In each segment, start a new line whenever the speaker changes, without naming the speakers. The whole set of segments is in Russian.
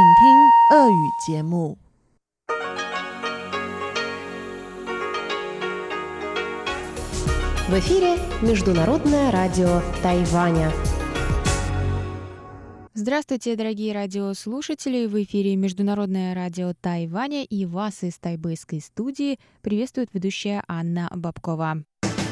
请听俄语节目。
В эфире Международное радио Тайваня.
Здравствуйте, дорогие радиослушатели! В эфире Международное радио Тайваня, и вас из тайбэйской студии приветствует ведущая Анна Бабкова.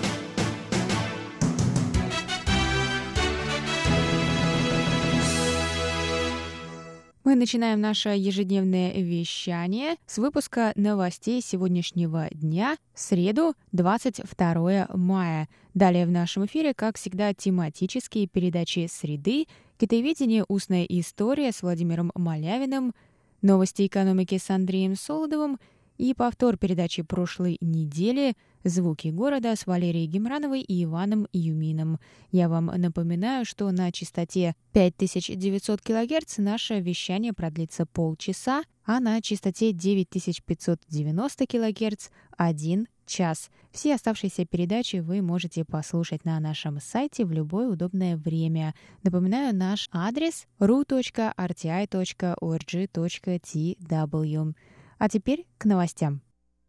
Мы начинаем наше ежедневное вещание с выпуска новостей сегодняшнего дня, в среду, 22 мая. Далее в нашем эфире, как всегда, тематические передачи «Среды», «Китаеведение. Устная история» с Владимиром Малявиным, новости экономики с Андреем Солодовым и повтор передачи прошлой недели «Звуки города» с Валерией Гемрановой и Иваном Юмином. Я вам напоминаю, что на частоте 5900 кГц наше вещание продлится полчаса, а на частоте 9590 кГц – 1 час. Все оставшиеся передачи вы можете послушать на нашем сайте в любое удобное время. Напоминаю, наш адрес ru.rti.org.tw. А теперь к новостям.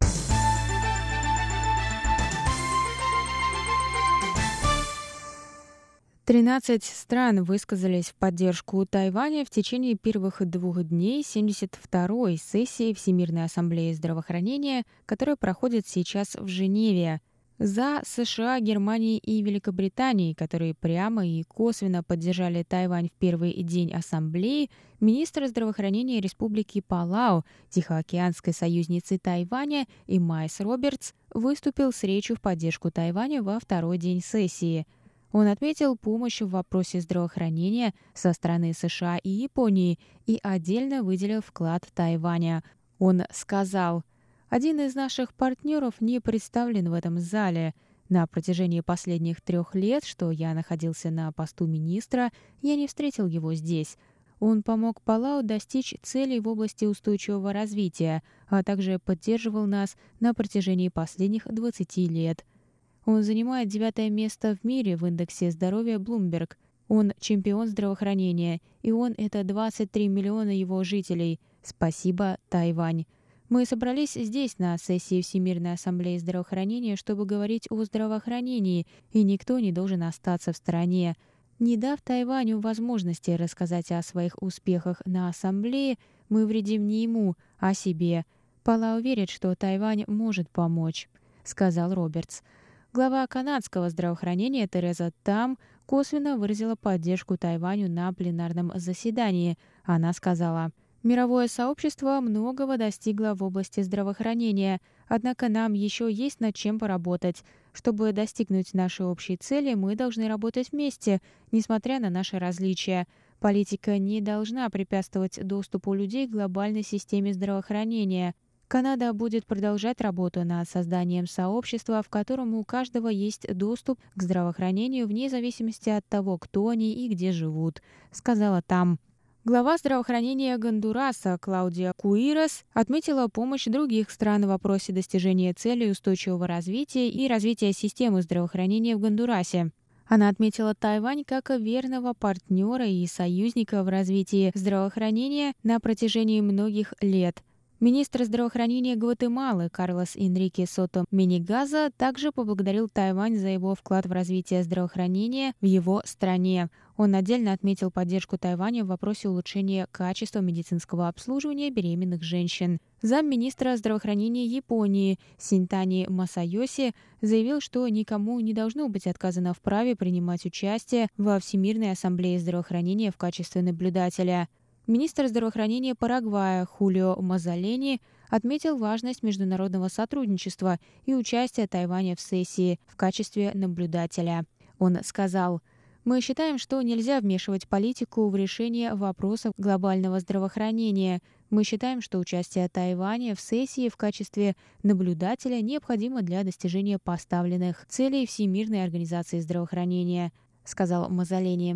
13 стран высказались в поддержку Тайваня в течение первых 2 дней 72-й сессии Всемирной ассамблеи здравоохранения, которая проходит сейчас в Женеве. За США, Германией и Великобританией, которые прямо и косвенно поддержали Тайвань в первый день ассамблеи, министр здравоохранения Республики Палау, Тихоокеанской союзницы Тайваня Имайс Робертс, выступил с речью в поддержку Тайваня во второй день сессии. Он отметил помощь в вопросе здравоохранения со стороны США и Японии и отдельно выделил вклад Тайваня. Он сказал: «Один из наших партнеров не представлен в этом зале. На протяжении последних 3 лет, что я находился на посту министра, я не встретил его здесь. Он помог Палау достичь целей в области устойчивого развития, а также поддерживал нас на протяжении последних 20 лет. Он занимает 9-е место в мире в индексе здоровья Bloomberg. Он чемпион здравоохранения, и он — это 23 миллиона его жителей. Спасибо, Тайвань». Мы собрались здесь, на сессии Всемирной ассамблеи здравоохранения, чтобы говорить о здравоохранении, и никто не должен остаться в стороне. Не дав Тайваню возможности рассказать о своих успехах на ассамблее, мы вредим не ему, а себе. Палау верит, что Тайвань может помочь, сказал Робертс. Глава канадского здравоохранения Тереза Там косвенно выразила поддержку Тайваню на пленарном заседании. Она сказала: «Мировое сообщество многого достигло в области здравоохранения, однако нам еще есть над чем поработать. Чтобы достигнуть нашей общей цели, мы должны работать вместе, несмотря на наши различия. Политика не должна препятствовать доступу людей к глобальной системе здравоохранения. Канада будет продолжать работу над созданием сообщества, в котором у каждого есть доступ к здравоохранению вне зависимости от того, кто они и где живут», сказала Там. Глава здравоохранения Гондураса Клаудия Куирос отметила помощь других стран в вопросе достижения целей устойчивого развития и развития системы здравоохранения в Гондурасе. Она отметила Тайвань как верного партнера и союзника в развитии здравоохранения на протяжении многих лет. Министр здравоохранения Гватемалы Карлос Энрике Сото Менигаза также поблагодарил Тайвань за его вклад в развитие здравоохранения в его стране. Он отдельно отметил поддержку Тайваня в вопросе улучшения качества медицинского обслуживания беременных женщин. Замминистра здравоохранения Японии Синтани Масайоси заявил, что никому не должно быть отказано в праве принимать участие во Всемирной ассамблее здравоохранения в качестве наблюдателя. Министр здравоохранения Парагвая Хулио Мазалени отметил важность международного сотрудничества и участия Тайваня в сессии в качестве наблюдателя. Он сказал: «Мы считаем, что нельзя вмешивать политику в решение вопросов глобального здравоохранения. Мы считаем, что участие Тайваня в сессии в качестве наблюдателя необходимо для достижения поставленных целей Всемирной организации здравоохранения», сказал Мазалени.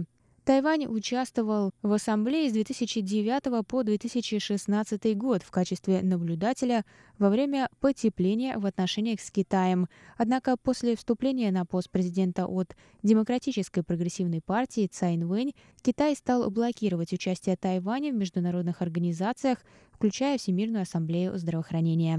Тайвань участвовал в ассамблее с 2009 по 2016 год в качестве наблюдателя во время потепления в отношениях с Китаем. Однако после вступления на пост президента от Демократической прогрессивной партии Цай Инвэнь Китай стал блокировать участие Тайваня в международных организациях, включая Всемирную ассамблею здравоохранения.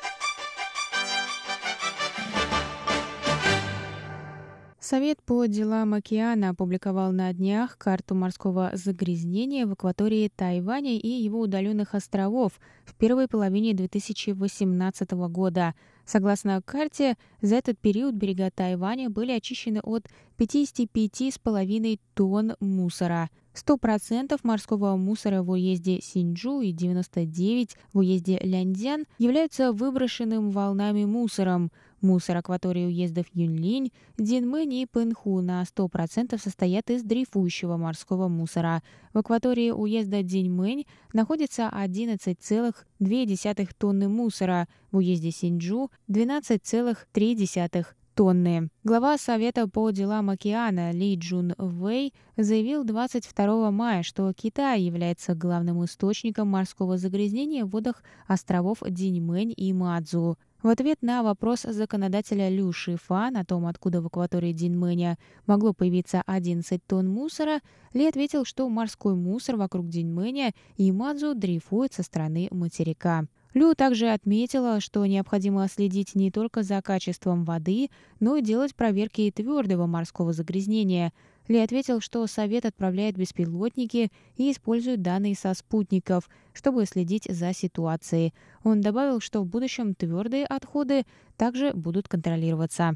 Совет по делам океана опубликовал на днях карту морского загрязнения в акватории Тайваня и его удаленных островов в первой половине 2018 года. Согласно карте, за этот период берега Тайваня были очищены от 55,5 тонн мусора. 100% морского мусора в уезде Синьчжу и 99% в уезде Ляньцзян являются выброшенным волнами мусором. Мусор акватории уездов Юньлинь, Динмэнь и Пэнху на 100% состоят из дрейфующего морского мусора. В акватории уезда Динмэнь находится 11,2 тонны мусора, в уезде Синьчжу – 12,3 тонны. Глава Совета по делам океана Ли Джун Вэй заявил 22 мая, что Китай является главным источником морского загрязнения в водах островов Диньмэнь и Мадзу. В ответ на вопрос законодателя Лю Шифан о том, откуда в акватории Диньмэня могло появиться 11 тонн мусора, Ли ответил, что морской мусор вокруг Диньмэня и Мадзу дрейфует со стороны материка. Лю также отметила, что необходимо следить не только за качеством воды, но и делать проверки твердого морского загрязнения. Ли ответил, что Совет отправляет беспилотники и использует данные со спутников, чтобы следить за ситуацией. Он добавил, что в будущем твердые отходы также будут контролироваться.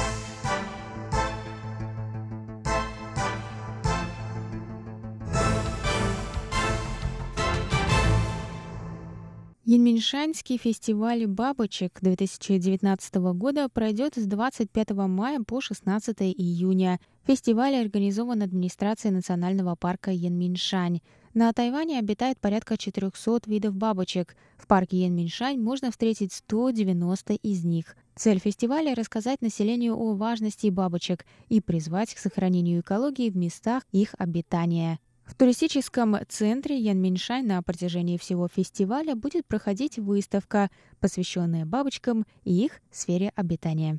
Яньминшанский фестиваль бабочек 2019 года пройдет с 25 мая по 16 июня. Фестиваль организован администрацией национального парка Яньминшань. На Тайване обитает порядка 400 видов бабочек. В парке Яньминшань можно встретить 190 из них. Цель фестиваля – рассказать населению о важности бабочек и призвать к сохранению экологии в местах их обитания. В туристическом центре Яньминшань на протяжении всего фестиваля будет проходить выставка, посвященная бабочкам и их сфере обитания.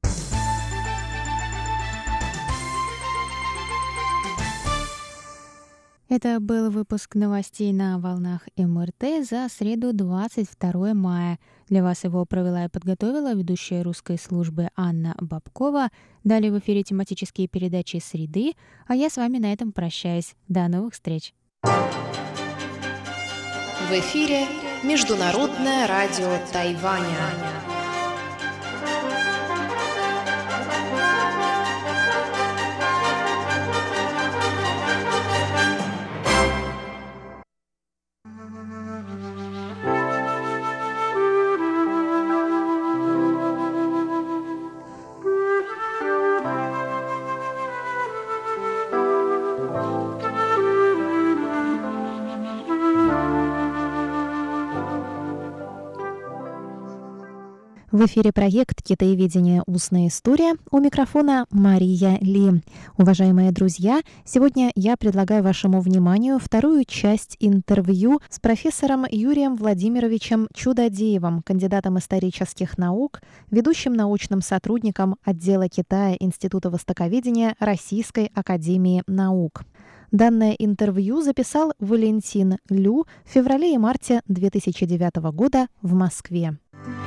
Это был выпуск новостей на волнах МРТ за среду 22 мая. Для вас его провела и подготовила ведущая русской службы Анна Бабкова. Далее в эфире тематические передачи «Среды», а я с вами на этом прощаюсь. До новых встреч!
В эфире Международное радио Тайваня.
В эфире проект «Китаеведение. Устная история». У микрофона Мария Ли. Уважаемые друзья, сегодня я предлагаю вашему вниманию вторую часть интервью с профессором Юрием Владимировичем Чудодеевым, кандидатом исторических наук, ведущим научным сотрудником отдела Китая Института востоковедения Российской академии наук. Данное интервью записал Валентин Лю в феврале и марте 2009 года в Москве.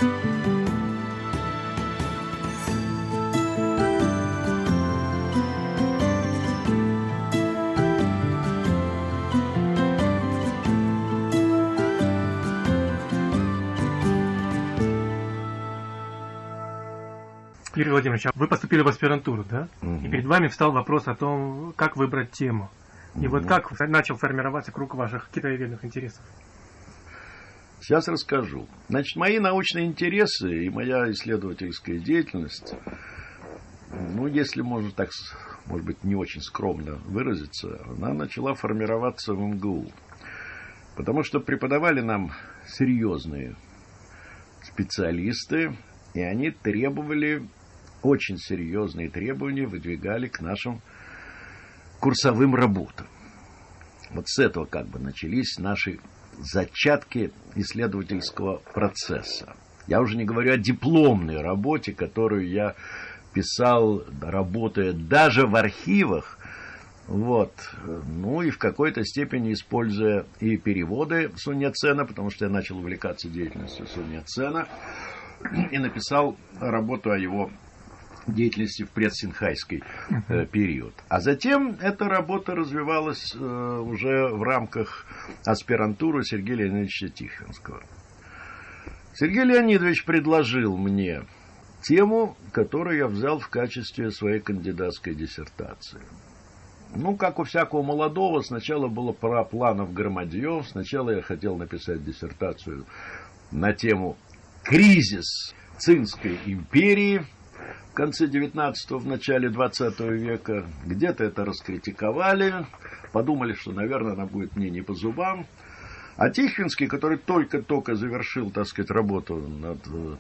Юрий Владимирович, вы поступили в аспирантуру, да? И перед вами встал вопрос о том, как выбрать тему. И вот как начал формироваться круг ваших китаеведных интересов?
Сейчас расскажу. Значит, мои научные интересы и моя исследовательская деятельность, если можно так, может быть, не очень скромно выразиться, она начала формироваться в МГУ. Потому что преподавали нам серьезные специалисты, и они требовали, очень серьезные требования выдвигали к нашим курсовым работам. Вот с этого как бы начались наши зачатки исследовательского процесса. Я уже не говорю о дипломной работе, которую я писал, работая даже в архивах, вот, ну и в какой-то степени используя и переводы Сунь Яцена, потому что я начал увлекаться деятельностью Сунь Яцена, и написал работу о его деятельности в предсинхайский период. А затем эта работа развивалась уже в рамках аспирантуры Сергея Леонидовича Тихвинского. Сергей Леонидович предложил мне тему, которую я взял в качестве своей кандидатской диссертации. Ну, как у всякого молодого, сначала было пара планов громадьев. Сначала я хотел написать диссертацию на тему «Кризис Цинской империи» в конце 19-го, в начале 20 века. Где-то это раскритиковали, подумали, что, наверное, она будет мне не по зубам. А Тихвинский, который только-только завершил, так сказать, работу над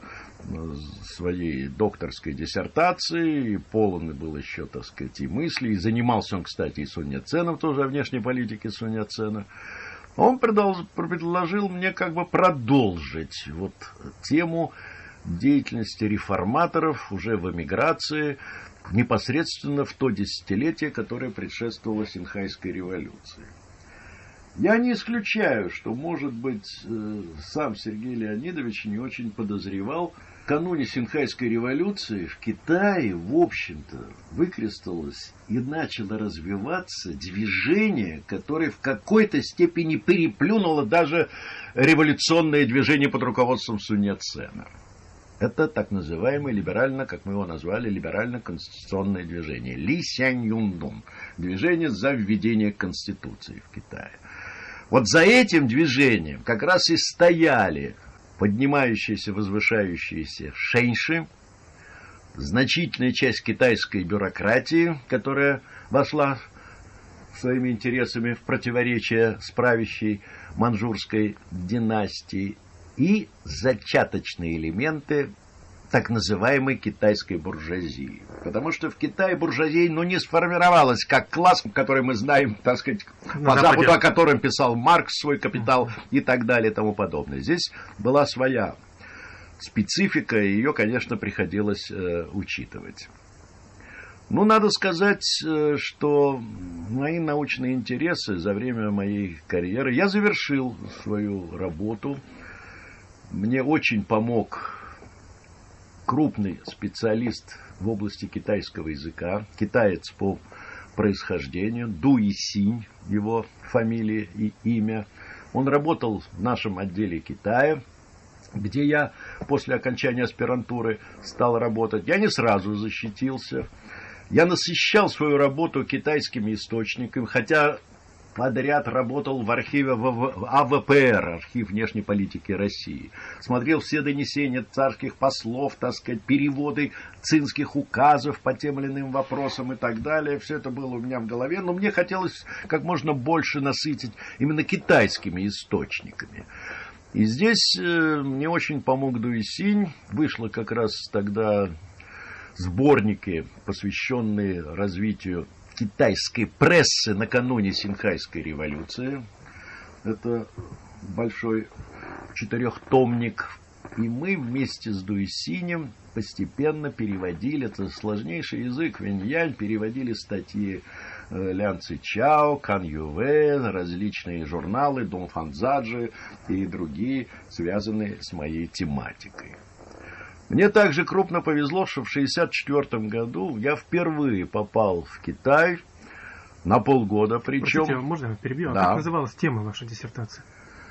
своей докторской диссертацией, и полон был еще, так сказать, и мыслей, и занимался он, кстати, и Сунь Яценом, тоже о внешней политике Сунь Яцена, он предложил мне как бы продолжить вот тему деятельности реформаторов уже в эмиграции, непосредственно в то десятилетие, которое предшествовало Синхайской революции. Я не исключаю, что, может быть, сам Сергей Леонидович не очень подозревал, накануне Синхайской революции в Китае, в общем-то, выкристаллилось и начало развиваться движение, которое в какой-то степени переплюнуло даже революционное движение под руководством Сунь Яцена. Это так называемое либерально, как мы его назвали, либерально-конституционное движение. Ли Сянь Юндун. Движение за введение Конституции в Китае. Вот за этим движением как раз и стояли поднимающиеся, возвышающиеся шэньши, значительная часть китайской бюрократии, которая вошла своими интересами в противоречие с правящей маньчжурской династией, и зачаточные элементы так называемой китайской буржуазии. Потому что в Китае буржуазия, не сформировалась как класс, который мы знаем, так сказать, по Западу, о котором писал Маркс свой «Капитал» и так далее и тому подобное. Здесь была своя специфика, и ее, конечно, приходилось учитывать. Надо сказать, что мои научные интересы за время моей карьеры, я завершил свою работу. Мне очень помог крупный специалист в области китайского языка, китаец по происхождению, Ду Исинь, его фамилия и имя. Он работал в нашем отделе Китая, где я после окончания аспирантуры стал работать. Я не сразу защитился. Я насыщал свою работу китайскими источниками, хотя подряд работал в архиве АВПР, архив внешней политики России. Смотрел все донесения царских послов, так сказать, переводы цинских указов по тем или иным вопросам и так далее. Все это было у меня в голове, но мне хотелось как можно больше насытить именно китайскими источниками. И здесь мне очень помог Ду Исинь. Вышло как раз тогда сборники, посвященные развитию китайской прессы накануне Синхайской революции. Это большой 4-томник. И мы вместе с Ду Исинем постепенно переводили, это сложнейший язык, Вэньянь, переводили статьи Лян Цичао, Кан Юве, различные журналы, Дун Фанзаджи и другие, связанные с моей тематикой. Мне также крупно повезло, что в 1964 году я впервые попал в Китай на полгода, причем...
Простите, можно я перебью?
Да.
Как называлась тема вашей диссертации?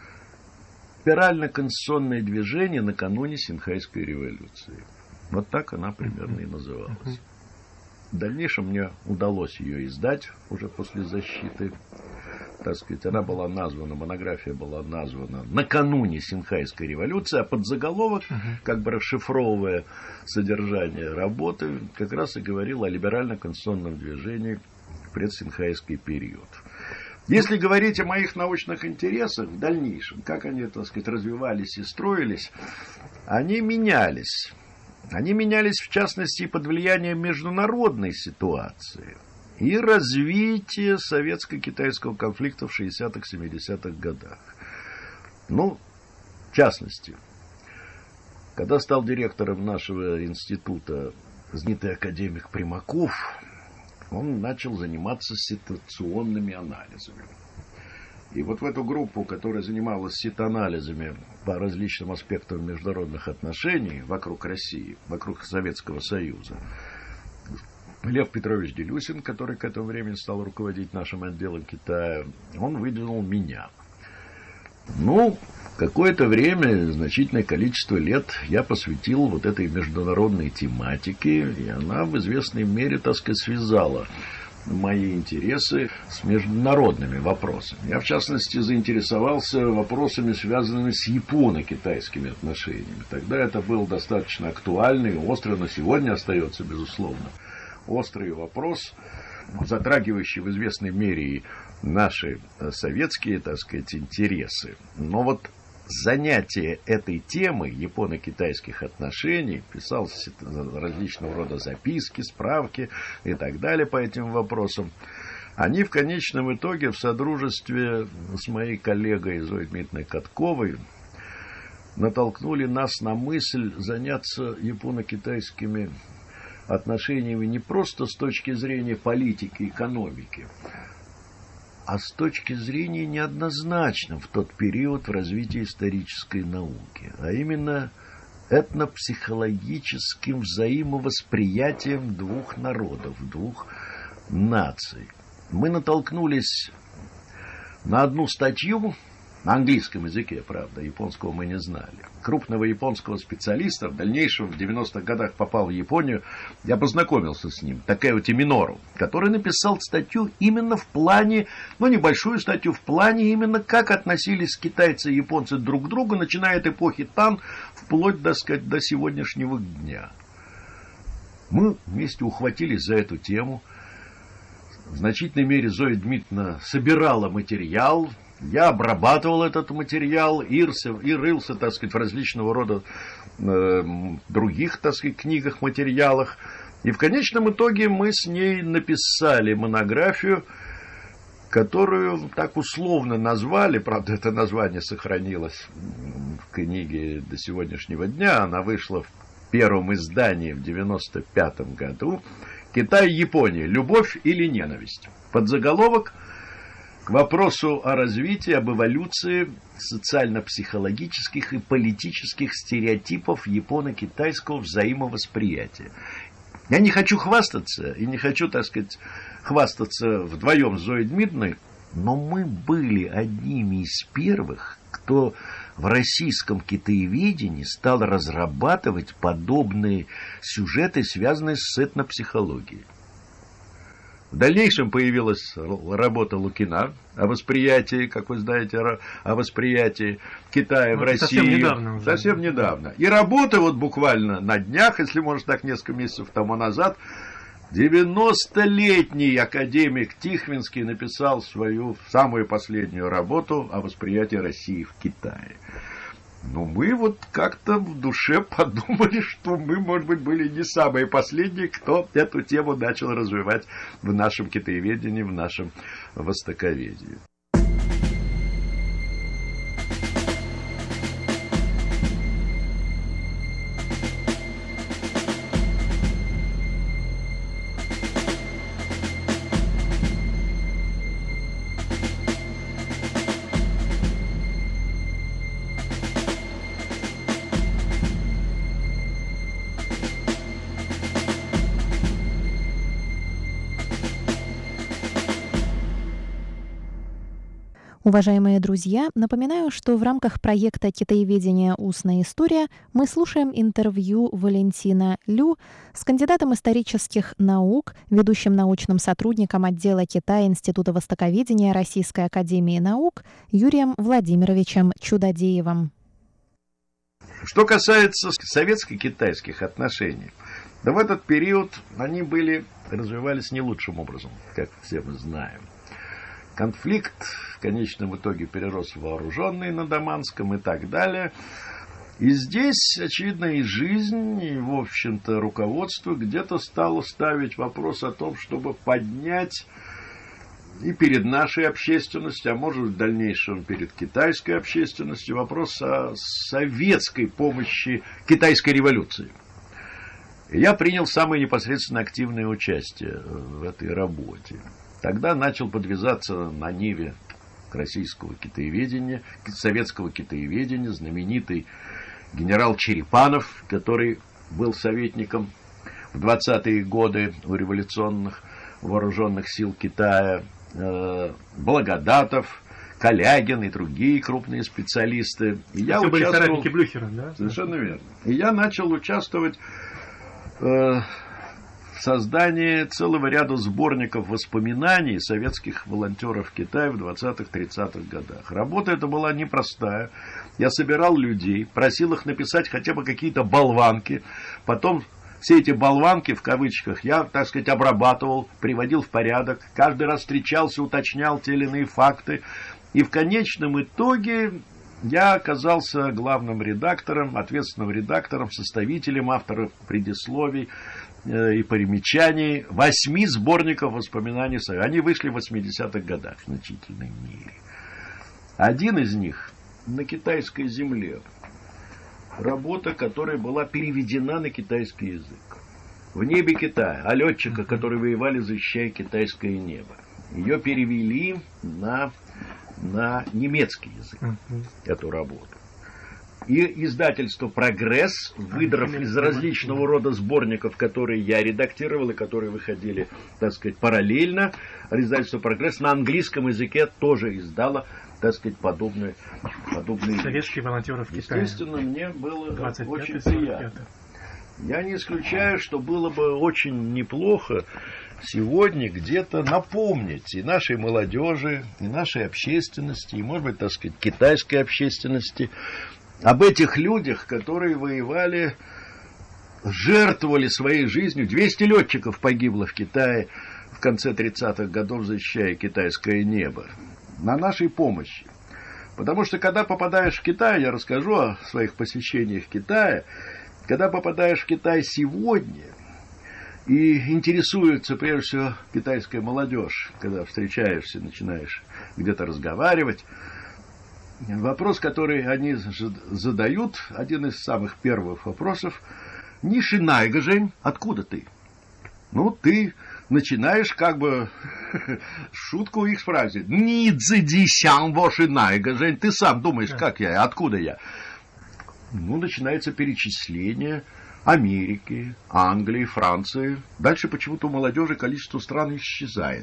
Либерально-конституционное движение накануне Синхайской революции. Вот так она примерно и называлась. В дальнейшем мне удалось ее издать уже после защиты. Так сказать, она была названа, монография была названа накануне Синхайской революции, а подзаголовок, как бы расшифровывая содержание работы, как раз и говорил о либерально-конституционном движении в предсинхайский период. Если говорить о моих научных интересах в дальнейшем, как они, так сказать, развивались и строились, они менялись. Они менялись, в частности, под влиянием международной ситуации. и развитие советско-китайского конфликта в 60-х, 70-х годах. Ну, в частности, когда стал директором нашего института знаменитый академик Примаков, он начал заниматься ситуационными анализами. И вот в эту группу, которая занималась ситуанализами по различным аспектам международных отношений вокруг России, вокруг Советского Союза, Лев Петрович Делюсин, который к этому времени стал руководить нашим отделом Китая, он выдвинул меня. Ну, какое-то время, значительное количество лет я посвятил вот этой международной тематике, и она в известной мере, так сказать, связала мои интересы с международными вопросами. Я, в частности, заинтересовался вопросами, связанными с японо-китайскими отношениями. Тогда это был достаточно актуальный, острый, но сегодня остается, безусловно, острый вопрос, затрагивающий в известной мере и наши советские, так сказать, интересы. Но вот занятие этой темы японо-китайских отношений, писался различного рода записки, справки и так далее по этим вопросам, они в конечном итоге в содружестве с моей коллегой Зоей Дмитриевной Катковой натолкнули нас на мысль заняться японо-китайскими отношениями не просто с точки зрения политики, экономики, а с точки зрения неоднозначным в тот период в развитии исторической науки, а именно этнопсихологическим взаимовосприятием двух народов, двух наций. Мы натолкнулись на одну статью, на английском языке, правда, японского мы не знали, крупного японского специалиста, в дальнейшем в 90-х годах попал в Японию, я познакомился с ним, Такеути Минору, который написал статью именно в плане, ну, небольшую статью в плане именно как относились китайцы и японцы друг к другу, начиная от эпохи Тан, вплоть, так сказать, до сегодняшнего дня. Мы вместе ухватились за эту тему. В значительной мере Зоя Дмитриевна собирала материал, я обрабатывал этот материал и рылся, так сказать, в различного рода других, так сказать, книгах, материалах. И в конечном итоге мы с ней написали монографию, которую так условно назвали, правда, это название сохранилось в книге до сегодняшнего дня, она вышла в первом издании в 1995 году, «Китай и Япония. Любовь или ненависть?». Подзаголовок к вопросу о развитии, об эволюции социально-психологических и политических стереотипов японо-китайского взаимовосприятия. Я не хочу хвастаться, и не хочу, так сказать, хвастаться вдвоем с Зоей Дмитриевной, но мы были одними из первых, кто в российском китаеведении стал разрабатывать подобные сюжеты, связанные с этнопсихологией. В дальнейшем появилась работа Лукина о восприятии, как вы знаете, о восприятии Китая в России.
Совсем недавно уже.
Совсем недавно. И работа вот буквально на днях, если можно так, несколько месяцев тому назад, 90-летний академик Тихвинский написал свою самую последнюю работу о восприятии России в Китае. Но мы вот как-то в душе подумали, что мы, может быть, были не самые последние, кто эту тему начал развивать в нашем китаеведении, в нашем востоковедении.
Уважаемые друзья, напоминаю, что в рамках проекта «Китаеведение. Устная история» мы слушаем интервью Валентина Лю с кандидатом исторических наук, ведущим научным сотрудником отдела Китая Института востоковедения Российской академии наук Юрием Владимировичем Чудодеевым.
Что касается советско-китайских отношений, да в этот период они развивались не лучшим образом, как все мы знаем. Конфликт в конечном итоге перерос в вооруженный на Даманском и так далее. И здесь, очевидно, и жизнь, и, в общем-то, руководство где-то стало ставить вопрос о том, чтобы поднять и перед нашей общественностью, а может в дальнейшем перед китайской общественностью, вопрос о советской помощи китайской революции. И я принял самое непосредственно активное участие в этой работе. Тогда начал подвязаться на ниве российского китаеведения, советского китаеведения, знаменитый генерал Черепанов, который был советником в 20-е годы у революционных вооруженных сил Китая, Благодатов, Калягин и другие крупные специалисты. И я
были
участвовал...
соратники Блюхера, да?
Совершенно верно. И я начал участвовать в создании целого ряда сборников воспоминаний советских волонтеров Китая в 20-30-х годах. Работа эта была непростая. Я собирал людей, просил их написать хотя бы какие-то болванки. Потом все эти болванки, в кавычках, я, так сказать, обрабатывал, приводил в порядок. Каждый раз встречался, уточнял те или иные факты. И в конечном итоге я оказался главным редактором, ответственным редактором, составителем, автором предисловий и примечаний 8 сборников воспоминаний. Они вышли в 80-х годах в значительной мере. Один из них на китайской земле. Работа, которая была переведена на китайский язык. В небе Китая. О летчиках, которые воевали, защищая китайское небо. Ее перевели на немецкий язык, эту работу. И издательство «Прогресс», выдрав из различного рода сборников, которые я редактировал и которые выходили, так сказать, параллельно, издательство «Прогресс» на английском языке тоже издало, так сказать, подобные
советские волонтеры в Китае.
Естественно, мне было очень приятно. Я не исключаю, что было бы очень неплохо сегодня где-то напомнить и нашей молодежи, и нашей общественности, и, может быть, так сказать, китайской общественности об этих людях, которые воевали, жертвовали своей жизнью. 200 летчиков погибло в Китае в конце 30-х годов, защищая китайское небо. На нашей помощи. Потому что, когда попадаешь в Китай, я расскажу о своих посещениях Китая, когда попадаешь в Китай сегодня, и интересуется, прежде всего, китайская молодежь, когда встречаешься, начинаешь где-то разговаривать, вопрос, который они задают, один из самых первых вопросов: «Ни шинайга, Жень, откуда ты?» Ну, ты начинаешь как бы шутку их спрашивать. «Ни цзэдисян во шинайга, Жень, ты сам думаешь, как я, откуда я?» Ну, начинается перечисление Америки, Англии, Франции. Дальше почему-то у молодежи количество стран исчезает.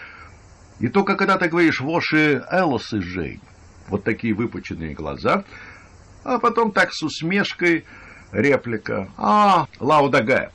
И только когда ты говоришь «Воши элосы, Жень», вот такие выпученные глаза, а потом так с усмешкой реплика: Лао Дагай,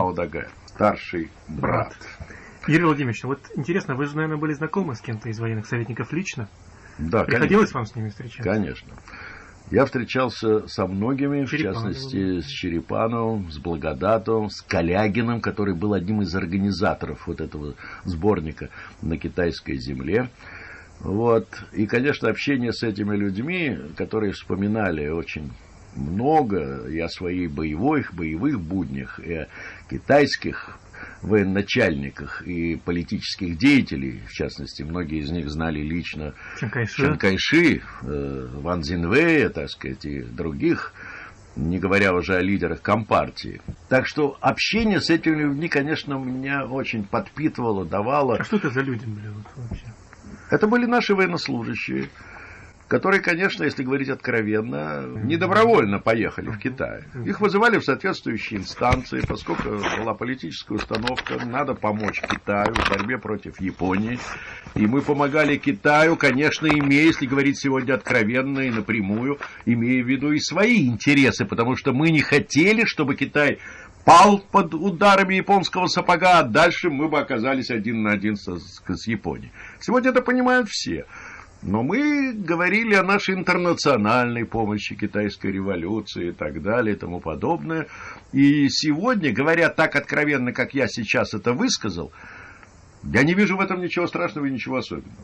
старший брат.
Юрий Владимирович, вот интересно, вы же, наверное, были знакомы с кем-то из военных советников лично?
Да,
приходилось вам с ними встречаться?
Конечно. Я встречался со многими, в частности, с Черепановым, с Благодатовым, с Калягиным, который был одним из организаторов вот этого сборника на китайской земле. Вот. И, конечно, общение с этими людьми, которые вспоминали очень много и о своих боевых буднях, и о китайских военачальниках и политических деятелей, в частности, многие из них знали лично Чан Кайши, Ван Цзиньвэя, так сказать, и других, не говоря уже о лидерах Компартии. Так что общение с этими людьми, конечно, меня очень подпитывало, давало.
А что это за люди были вообще?
Это были наши военнослужащие, которые, конечно, если говорить откровенно, недобровольно поехали в Китай. Их вызывали в соответствующие инстанции, поскольку была политическая установка, надо помочь Китаю в борьбе против Японии. И мы помогали Китаю, конечно, имея, если говорить сегодня откровенно и напрямую, имея в виду и свои интересы, потому что мы не хотели, чтобы Китай пал под ударами японского сапога, а дальше мы бы оказались один на один с Японией. Сегодня это понимают все. Но мы говорили о нашей интернациональной помощи китайской революции и так далее и тому подобное. И сегодня, говоря так откровенно, как я сейчас это высказал, я не вижу в этом ничего страшного и ничего особенного.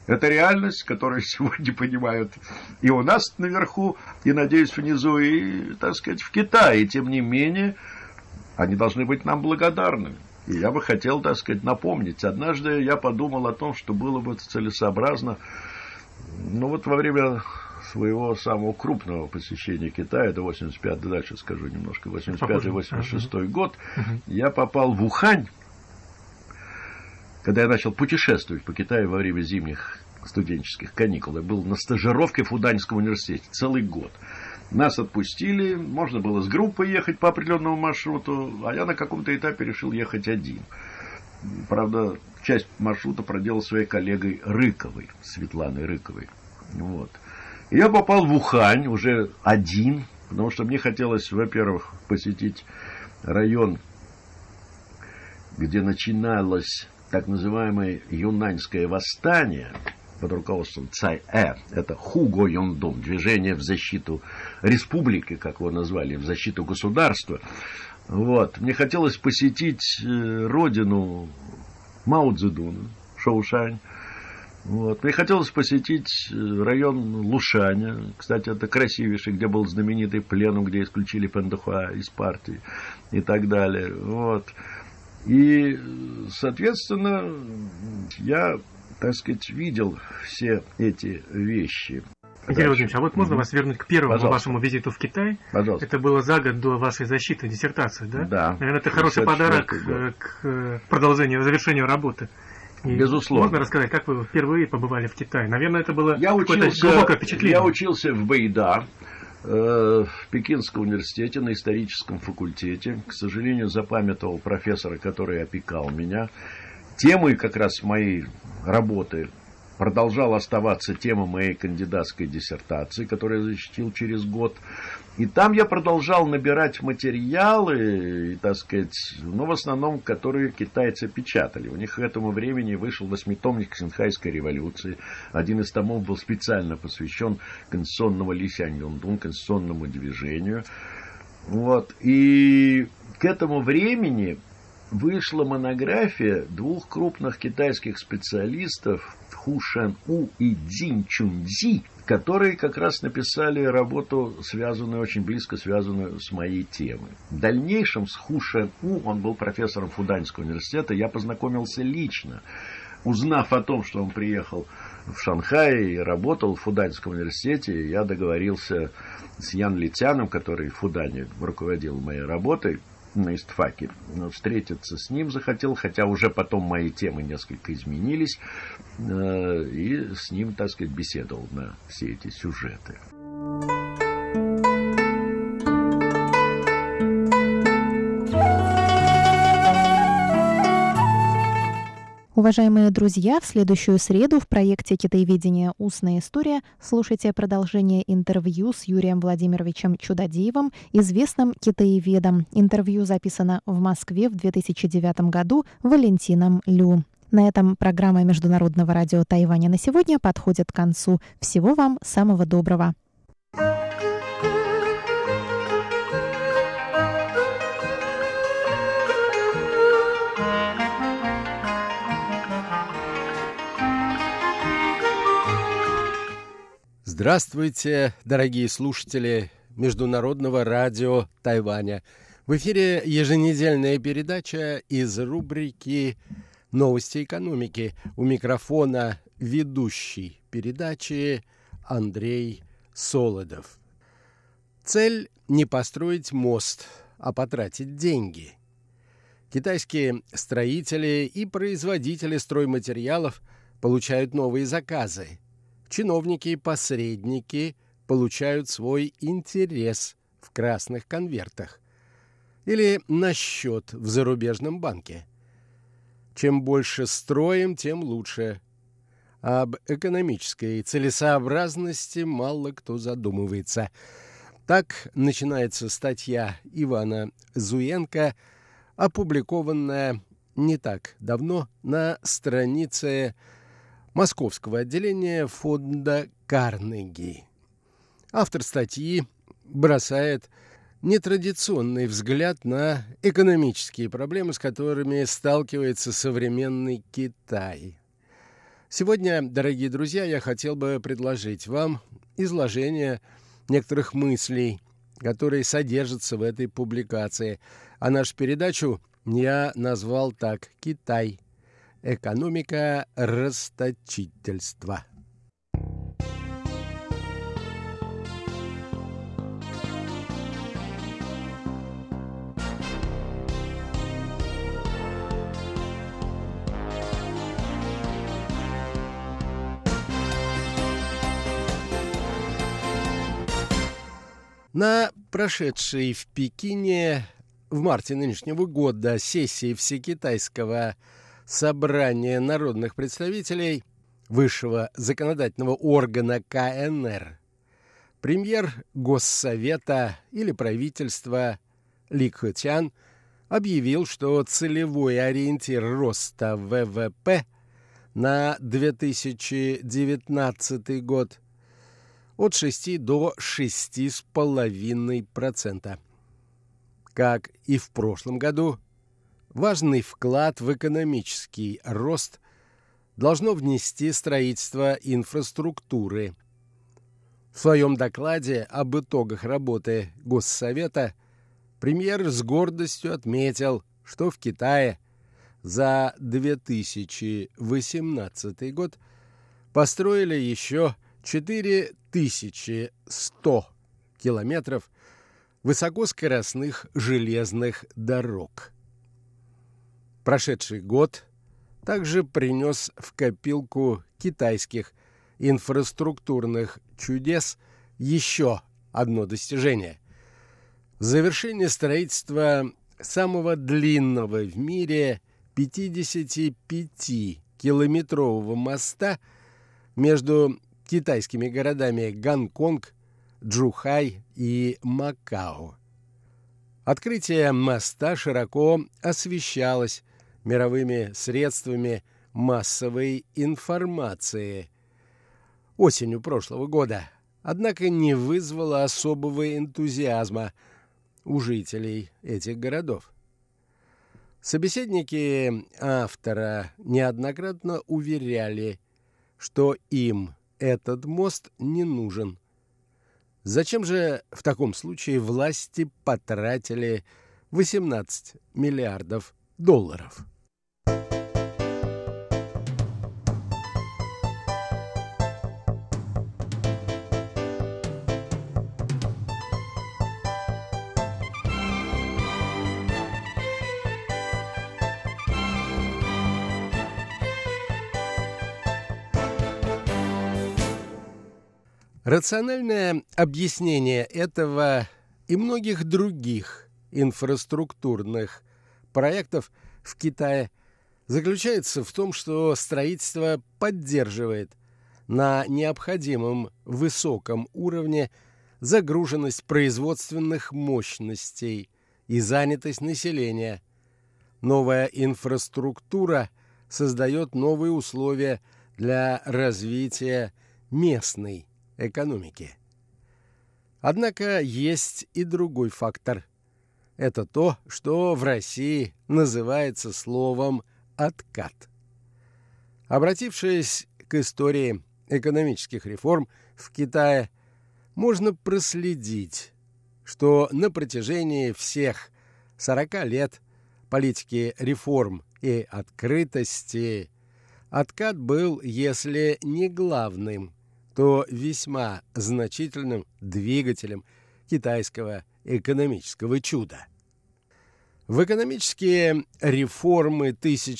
Это реальность, которую сегодня понимают и у нас наверху, и, надеюсь, внизу, и, так сказать, в Китае. И, тем не менее, они должны быть нам благодарны. И я бы хотел, так сказать, напомнить. Однажды я подумал о том, что было бы целесообразно, вот во время своего самого крупного посещения Китая, это 85-й, дальше скажу немножко, 85-86 год, я попал в Ухань, когда я начал путешествовать по Китаю во время зимних студенческих каникул. Я был на стажировке в Фуданьском университете целый год. Нас отпустили, можно было с группой ехать по определенному маршруту, а я на каком-то этапе решил ехать один. Правда, часть маршрута проделал своей коллегой Рыковой, Светланой Рыковой. И я попал в Ухань уже один, потому что мне хотелось, во-первых, посетить район, где начиналось так называемое юнаньское восстание под руководством Цай-Э, это Хуго-Юндун, движение в защиту республики, как его назвали, в защиту государства. Мне хотелось посетить родину Мао Цзэдуна, Шоушань. Мне хотелось посетить район Лушаня. Кстати, это красивейший, где был знаменитый пленум, где исключили Пэндохуа из партии и так далее. И, соответственно, я, так сказать, видел все эти вещи.
Игорь Владимирович, а можно вас вернуть к первому вашему визиту в Китай?
Пожалуйста.
Это было за год до вашей защиты диссертации, да?
Да.
Наверное, это хороший подарок к продолжению, завершению работы. И
безусловно.
Можно рассказать, как вы впервые побывали в Китае? Наверное, это было какое-то глубокое впечатление.
Я учился в Бэйда, в Пекинском университете, на историческом факультете. К сожалению, запамятовал профессора, который опекал меня. Темой как раз моей работы продолжала оставаться тема моей кандидатской диссертации, которую я защитил через год. И там я продолжал набирать материалы, так сказать, в основном, которые китайцы печатали. У них к этому времени вышел 8-томник Синьхайской революции. Один из томов был специально посвящен конституционному Ли Сянь-Юндун, конституционному движению. И к этому времени вышла монография двух крупных китайских специалистов Ху Шэн-У и Цзинь Чунцзи, которые как раз написали работу, связанную, очень близко связанную с моей темой. В дальнейшем с Ху Шэн-У, он был профессором Фуданьского университета, я познакомился лично. Узнав о том, что он приехал в Шанхай и работал в Фуданьском университете, я договорился с Ян Литяном, который в Фудане руководил моей работой, на истфаке, встретиться с ним захотел, хотя уже потом мои темы несколько изменились, и с ним, так сказать, беседовал на все эти сюжеты.
Уважаемые друзья, в следующую среду в проекте «Китаеведение. Устная история» слушайте продолжение интервью с Юрием Владимировичем Чудодеевым, известным китаеведом. Интервью записано в Москве в 2009 году Валентином Лю. На этом программа Международного радио Тайваня на сегодня подходит к концу. Всего вам самого доброго.
Здравствуйте, дорогие слушатели Международного радио Тайваня. В эфире еженедельная передача из рубрики «Новости экономики». У микрофона ведущий передачи Андрей Солодов. Цель – не построить мост, а потратить деньги. Китайские строители и производители стройматериалов получают новые заказы. Чиновники и посредники получают свой интерес в красных конвертах или на счет в зарубежном банке. Чем больше строим, тем лучше. Об экономической целесообразности мало кто задумывается. Так начинается статья Ивана Зуенко, опубликованная не так давно на странице Московского отделения фонда Карнеги. Автор статьи бросает нетрадиционный взгляд на экономические проблемы, с которыми сталкивается современный Китай. Сегодня, дорогие друзья, я хотел бы предложить вам изложение некоторых мыслей, которые содержатся в этой публикации. А нашу передачу я назвал так: «Китай. Экономика расточительства». На прошедшей в Пекине в марте нынешнего года сессии Всекитайского собрания народных представителей высшего законодательного органа КНР премьер Госсовета или правительства Ли Кхэтян объявил, что целевой ориентир роста ВВП на 2019 год от 6 до 6,5%. Как и в прошлом году, важный вклад в экономический рост должно внести строительство инфраструктуры. В своем докладе об итогах работы Госсовета премьер с гордостью отметил, что в Китае за 2018 год построили еще 4100 километров высокоскоростных железных дорог. Прошедший год также принес в копилку китайских инфраструктурных чудес еще одно достижение – завершение строительства самого длинного в мире 55-километрового моста между китайскими городами Гонконг, Чжухай и Макао. Открытие моста широко освещалось мировыми средствами массовой информации осенью прошлого года, однако не вызвало особого энтузиазма у жителей этих городов. Собеседники автора неоднократно уверяли, что им этот мост не нужен. Зачем же в таком случае власти потратили 18 миллиардов долларов? Рациональное объяснение этого и многих других инфраструктурных проектов в Китае заключается в том, что строительство поддерживает на необходимом высоком уровне загруженность производственных мощностей и занятость населения. Новая инфраструктура создает новые условия для развития местной экономики. Однако есть и другой фактор. Это то, что в России называется словом «откат». Обратившись к истории экономических реформ в Китае, можно проследить, что на протяжении всех 40 лет политики реформ и открытости откат был, если не главным, то весьма значительным двигателем китайского экономического чуда. В экономические реформы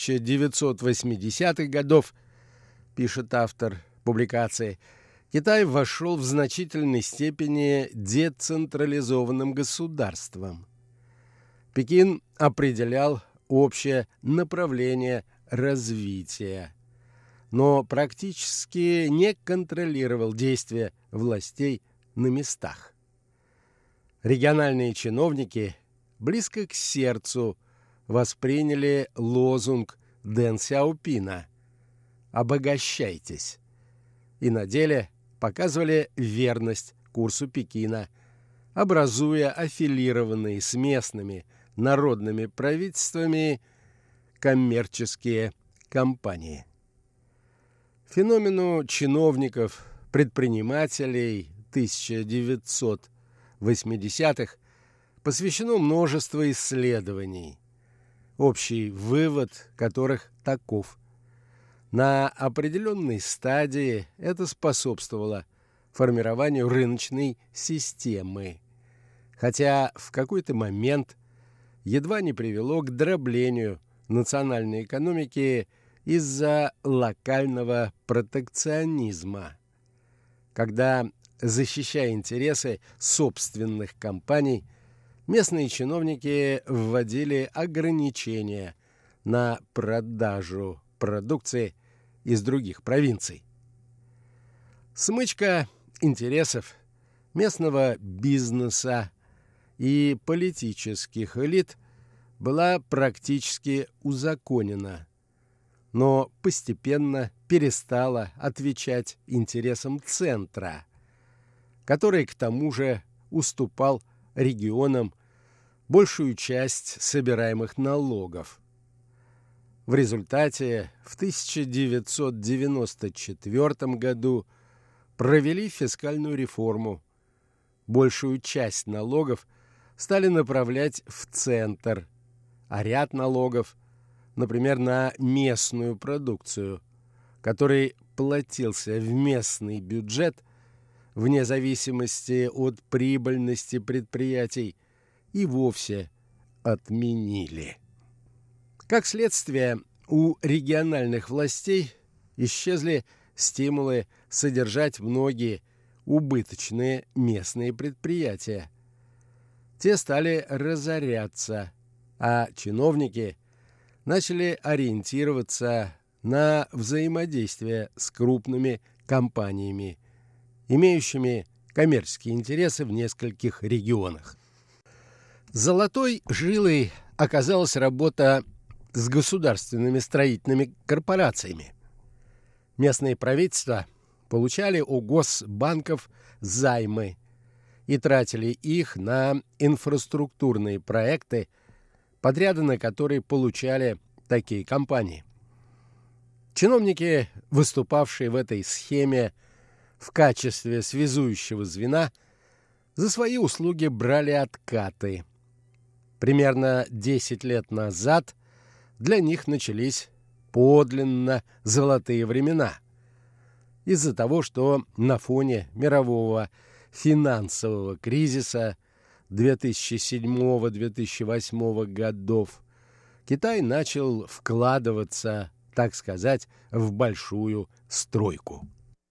1980-х годов, пишет автор публикации, Китай вошел в значительной степени децентрализованным государством. Пекин определял общее направление развития, но практически не контролировал действия властей на местах. Региональные чиновники близко к сердцу восприняли лозунг Дэн Сяопина «Обогащайтесь» и на деле показывали верность курсу Пекина, образуя аффилированные с местными народными правительствами коммерческие компании. Феномену чиновников, предпринимателей 1980-х посвящено множество исследований, общий вывод которых таков. На определенной стадии это способствовало формированию рыночной системы, хотя в какой-то момент едва не привело к дроблению национальной экономики из-за локального протекционизма, когда, защищая интересы собственных компаний, местные чиновники вводили ограничения на продажу продукции из других провинций. Смычка интересов местного бизнеса и политических элит была практически узаконена, но постепенно перестала отвечать интересам центра, который, к тому же, уступал регионам большую часть собираемых налогов. В результате в 1994 году провели фискальную реформу. Большую часть налогов стали направлять в центр, а ряд налогов, например, на местную продукцию, который платился в местный бюджет вне зависимости от прибыльности предприятий, и вовсе отменили. Как следствие, у региональных властей исчезли стимулы содержать многие убыточные местные предприятия. Те стали разоряться, а чиновники начали ориентироваться на взаимодействие с крупными компаниями, имеющими коммерческие интересы в нескольких регионах. Золотой жилой оказалась работа с государственными строительными корпорациями. Местные правительства получали у госбанков займы и тратили их на инфраструктурные проекты, подряды на которые получали такие компании. Чиновники, выступавшие в этой схеме в качестве связующего звена, за свои услуги брали откаты. Примерно 10 лет назад для них начались подлинно золотые времена, из-за того, что на фоне мирового финансового кризиса 2007-2008 годов Китай начал вкладываться, так сказать, в большую стройку.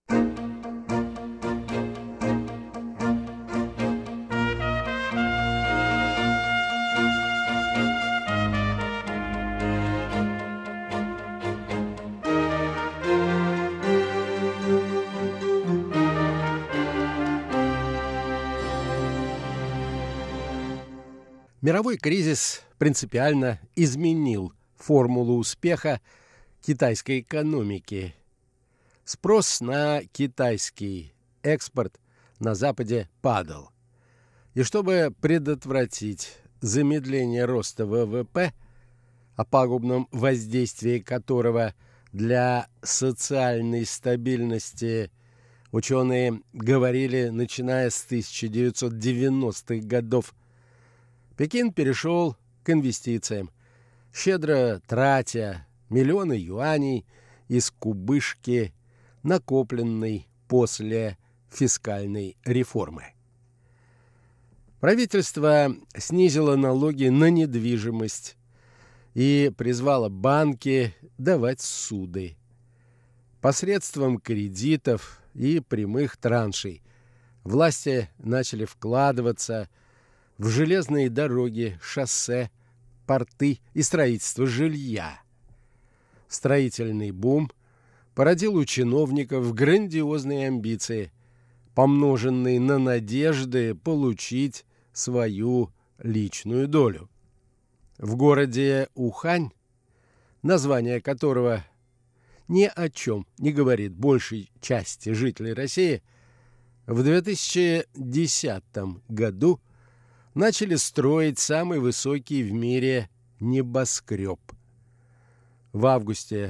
Мировой кризис принципиально изменил формулу успеха китайской экономики. Спрос на китайский экспорт на Западе падал. И чтобы предотвратить замедление роста ВВП, о пагубном воздействии которого для социальной стабильности ученые говорили, начиная с 1990-х годов, Пекин перешел к инвестициям, щедро тратя миллионы юаней из кубышки, накопленной после фискальной реформы. Правительство снизило налоги на недвижимость и призвало банки давать суды. Посредством кредитов и прямых траншей власти начали вкладываться в железные дороги, шоссе, порты и строительство жилья. Строительный бум породил у чиновников грандиозные амбиции, помноженные на надежды получить свою личную долю. В городе Ухань, название которого ни о чем не говорит большей части жителей России, в 2010 году начали строить самый высокий в мире небоскреб. В августе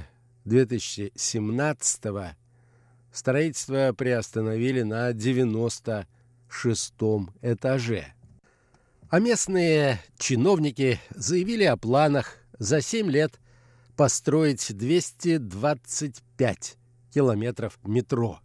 2017-го строительство приостановили на 96-м этаже. А местные чиновники заявили о планах за 7 лет построить 225 километров метро.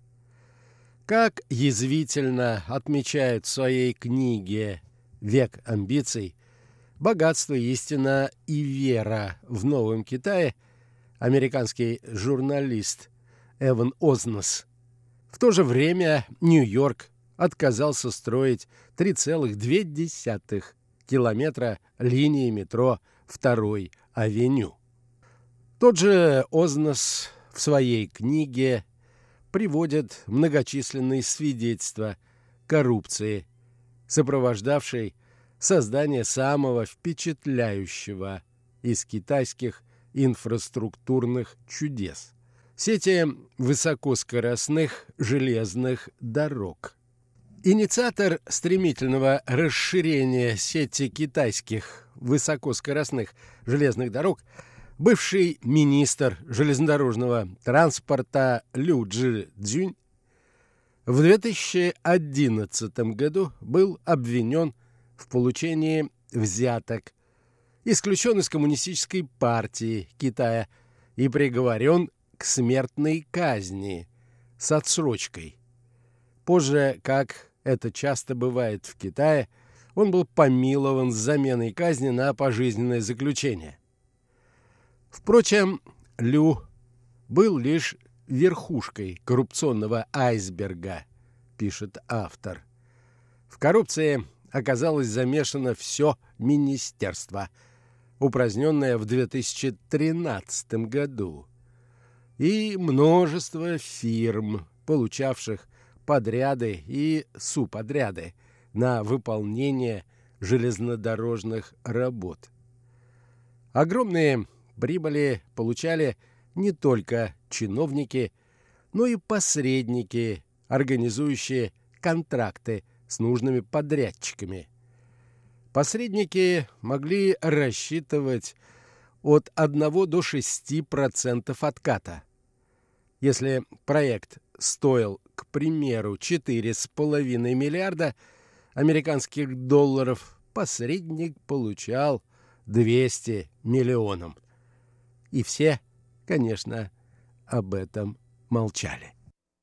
Как язвительно отмечают в своей книге «Век амбиций», богатство, истина и вера в Новом Китае американский журналист Эван Ознес. В то же время Нью-Йорк отказался строить 3,2 километра линии метро 2-й авеню. Тот же Ознес в своей книге приводит многочисленные свидетельства коррупции, сопровождавшей создание самого впечатляющего из китайских инфраструктурных чудес – сети высокоскоростных железных дорог. Инициатор стремительного расширения сети китайских высокоскоростных железных дорог – бывший министр железнодорожного транспорта Лю Чжицзюнь в 2011 году был обвинен в получении взяток, исключен из Коммунистической партии Китая и приговорен к смертной казни с отсрочкой. Позже, как это часто бывает в Китае, он был помилован с заменой казни на пожизненное заключение. Впрочем, Лю был лишь верхушкой коррупционного айсберга, пишет автор. В коррупции оказалось замешано все министерство, упраздненное в 2013 году, и множество фирм, получавших подряды и субподряды на выполнение железнодорожных работ. Огромные прибыли получали не только чиновники, но и посредники, организующие контракты с нужными подрядчиками. Посредники могли рассчитывать от 1 до 6% отката. Если проект стоил, к примеру, 4,5 миллиарда американских долларов, посредник получал 200 миллионов. И все, конечно, об этом молчали.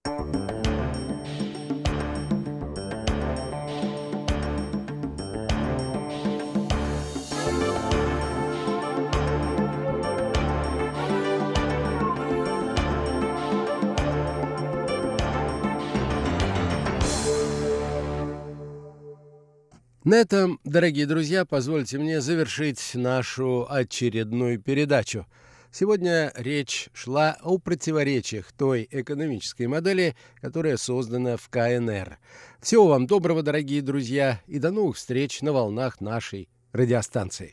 На этом, дорогие друзья, позвольте мне завершить нашу очередную передачу. Сегодня речь шла о противоречиях той экономической модели, которая создана в КНР. Всего вам доброго, дорогие друзья, и до новых встреч на волнах нашей радиостанции.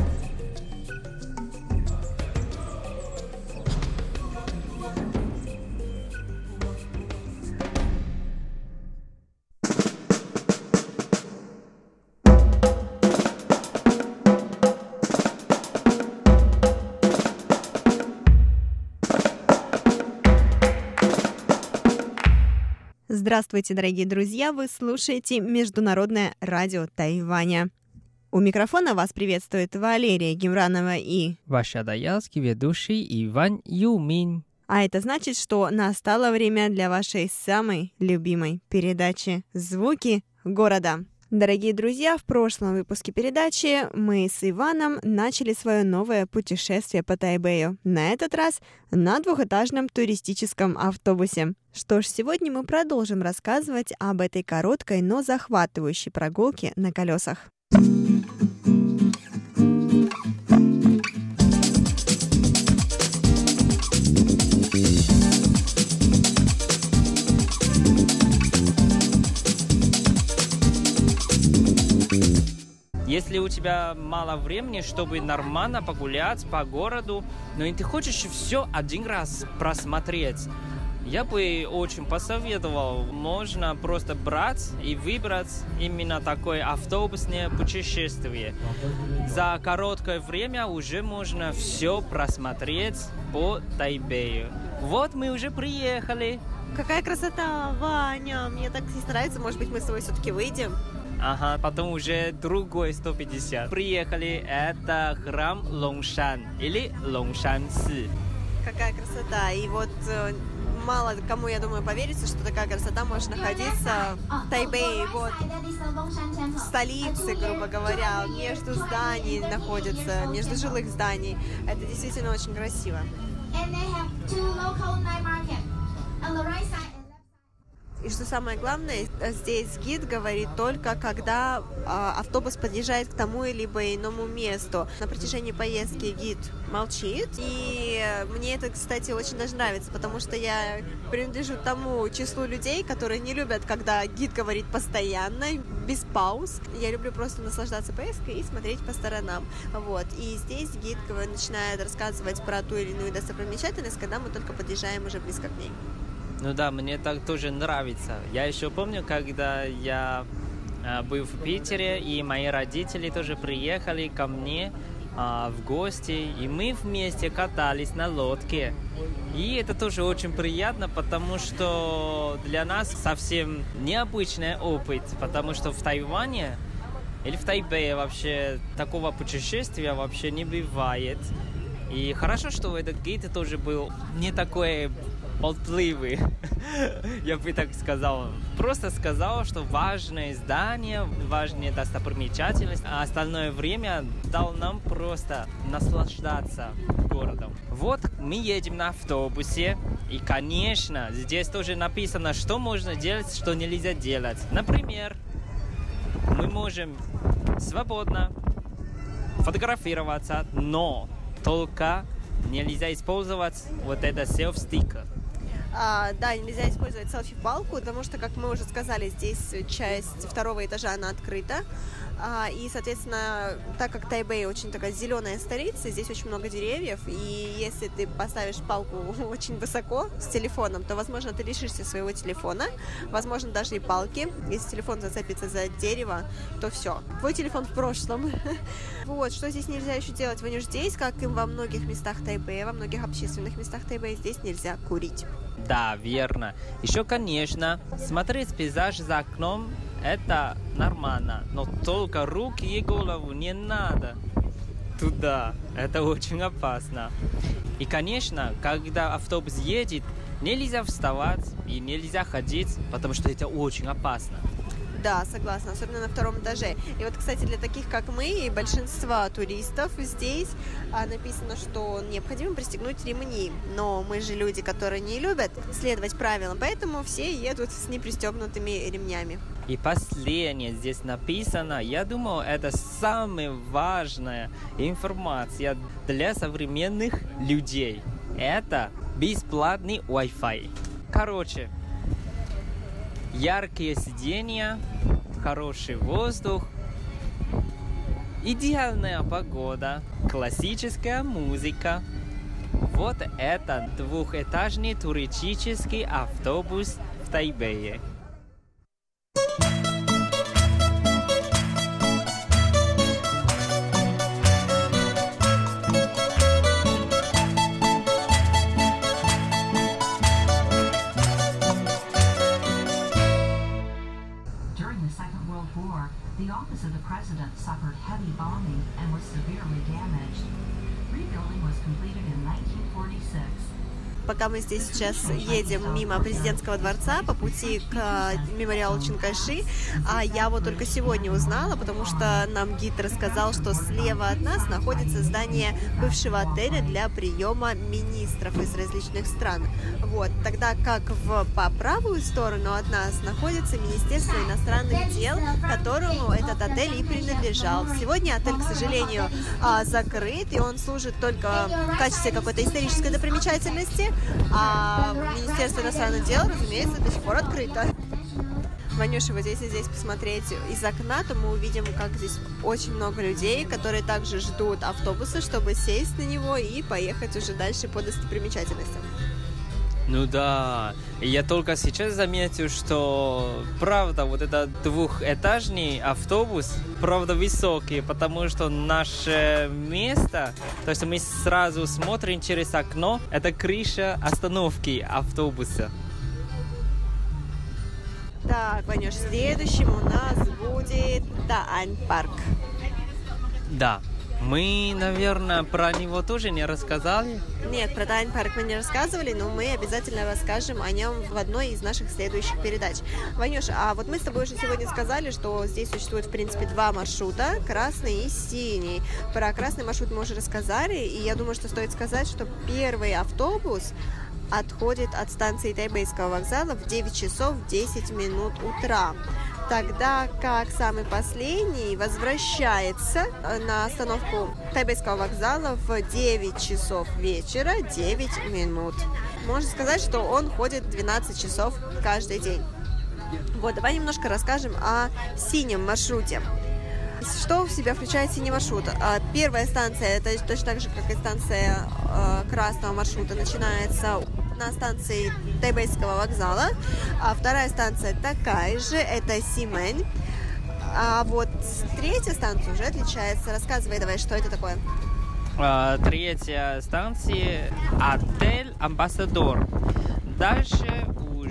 Здравствуйте, дорогие друзья! Вы слушаете Международное радио Тайваня. У микрофона вас приветствует Валерия Гемранова и
ваш адаялский ведущий Иван Юмин.
А это значит, что настало время для вашей самой любимой передачи «Звуки города». Дорогие друзья, в прошлом выпуске передачи мы с Иваном начали свое новое путешествие по Тайбэю. На этот раз на двухэтажном туристическом автобусе. Что ж, сегодня мы продолжим рассказывать об этой короткой, но захватывающей прогулке на колесах.
Если у тебя мало времени, чтобы нормально погулять по городу, но и ты хочешь все один раз просмотреть, я бы очень посоветовал, можно просто брать и выбрать именно такое автобусное путешествие. За короткое время уже можно все просмотреть по Тайбэю. Вот мы уже приехали.
Какая красота, Ваня! Мне так не нравится, может быть, мы с тобой все-таки выйдем?
Ага, потом уже другой 150. Приехали, это храм Лонгшан или Лонгшан-Си.
Какая красота! И вот мало кому, я думаю, поверится, что такая красота может находиться в Тайбэе, вот в столице, грубо говоря, между зданий находится, между жилых зданий. Это действительно очень красиво. И что самое главное, здесь гид говорит только, когда автобус подъезжает к тому либо иному месту. На протяжении поездки гид молчит, и мне это, кстати, очень даже нравится, потому что я принадлежу тому числу людей, которые не любят, когда гид говорит постоянно, без пауз. Я люблю просто наслаждаться поездкой и смотреть по сторонам. Вот. И здесь гид начинает рассказывать про ту или иную достопримечательность, когда мы только подъезжаем уже близко к ней.
Ну да, мне так тоже нравится. Я еще помню, когда я был в Питере, и мои родители тоже приехали ко мне в гости, и мы вместе катались на лодке. И это тоже очень приятно, потому что для нас совсем необычный опыт, потому что в Тайване или в Тайбэе вообще такого путешествия вообще не бывает. И хорошо, что этот гид тоже был не такой болтливый, я бы так сказал. Просто сказал, что важное здание, важная достопримечательность, а остальное время дал нам просто наслаждаться городом. Вот мы едем на автобусе, и, конечно, здесь тоже написано, что можно делать, что нельзя делать. Например, мы можем свободно фотографироваться, но только нельзя использовать вот это селфи-стикер.
Да, нельзя использовать селфи-палку, потому что, как мы уже сказали, здесь часть второго этажа, она открыта. И, соответственно, так как Тайбэй очень такая зеленая столица, здесь очень много деревьев, и если ты поставишь палку очень высоко с телефоном, то, возможно, ты лишишься своего телефона, возможно, даже и палки. Если телефон зацепится за дерево, то все, твой телефон в прошлом. Вот, что здесь нельзя еще делать? Здесь, как и во многих местах Тайбэя, во многих общественных местах Тайбэя, здесь нельзя курить.
Да, верно. Еще, конечно, смотреть пейзаж за окном – это нормально, но только руки и голову не надо туда. Это очень опасно. И, конечно, когда автобус едет, нельзя вставать и нельзя ходить, потому что это очень опасно.
Да, согласна, особенно на втором этаже. И вот, кстати, для таких, как мы, и большинства туристов здесь написано, что необходимо пристегнуть ремни. Но мы же люди, которые не любят следовать правилам, поэтому все едут с непристегнутыми ремнями.
И последнее здесь написано, я думаю, это самая важная информация для современных людей. Это бесплатный Wi-Fi. Короче, яркие сиденья, хороший воздух, идеальная погода, классическая музыка. Вот это двухэтажный туристический автобус в Тайбэе.
The office of the president suffered heavy bombing and was severely damaged. Rebuilding was completed in 1946.
Пока мы здесь сейчас едем мимо президентского дворца по пути к мемориалу Чин Кайши, я вот только сегодня узнала, потому что нам гид рассказал, что слева от нас находится здание бывшего отеля для приема министров из различных стран. Вот, тогда как по правую сторону от нас находится Министерство иностранных дел, которому этот отель и принадлежал. Сегодня отель, к сожалению, закрыт, и он служит только в качестве какой-то исторической достопримечательности, а Министерство иностранных дел, разумеется, до сих пор открыто. Ванюша, вот если здесь посмотреть из окна, то мы увидим, как здесь очень много людей, которые также ждут автобуса, чтобы сесть на него и поехать уже дальше по достопримечательностям.
Ну да, я только сейчас заметил, что правда вот этот двухэтажный автобус, правда высокий, потому что наше место, то есть мы сразу смотрим через окно, это крыша остановки автобуса.
Так, Ванюш, следующим у нас будет Таань-парк.
Да. Мы, наверное, про него тоже не рассказали.
Нет, про Таань-парк мы не рассказывали, но мы обязательно расскажем о нем в одной из наших следующих передач. Ванюш, а вот мы с тобой уже сегодня сказали, что здесь существует, в принципе, два маршрута, красный и синий. Про красный маршрут мы уже рассказали, и я думаю, что стоит сказать, что первый автобус отходит от станции Тайбэйского вокзала в 9 часов 10 минут утра. Тогда как самый последний возвращается на остановку Тайбэйского вокзала в 9 часов вечера 9 минут. Можно сказать, что он ходит 12 часов каждый день. Вот, давай немножко расскажем о синем маршруте. Что в себя включает синий маршрут? Первая станция, это точно так же, как и станция красного маршрута, начинается на станции Тайбэйского вокзала, а вторая станция такая же, это Симэнь. А вот третья станция уже отличается. Рассказывай давай, что это такое.
Третья станция отель Амбассадор. Дальше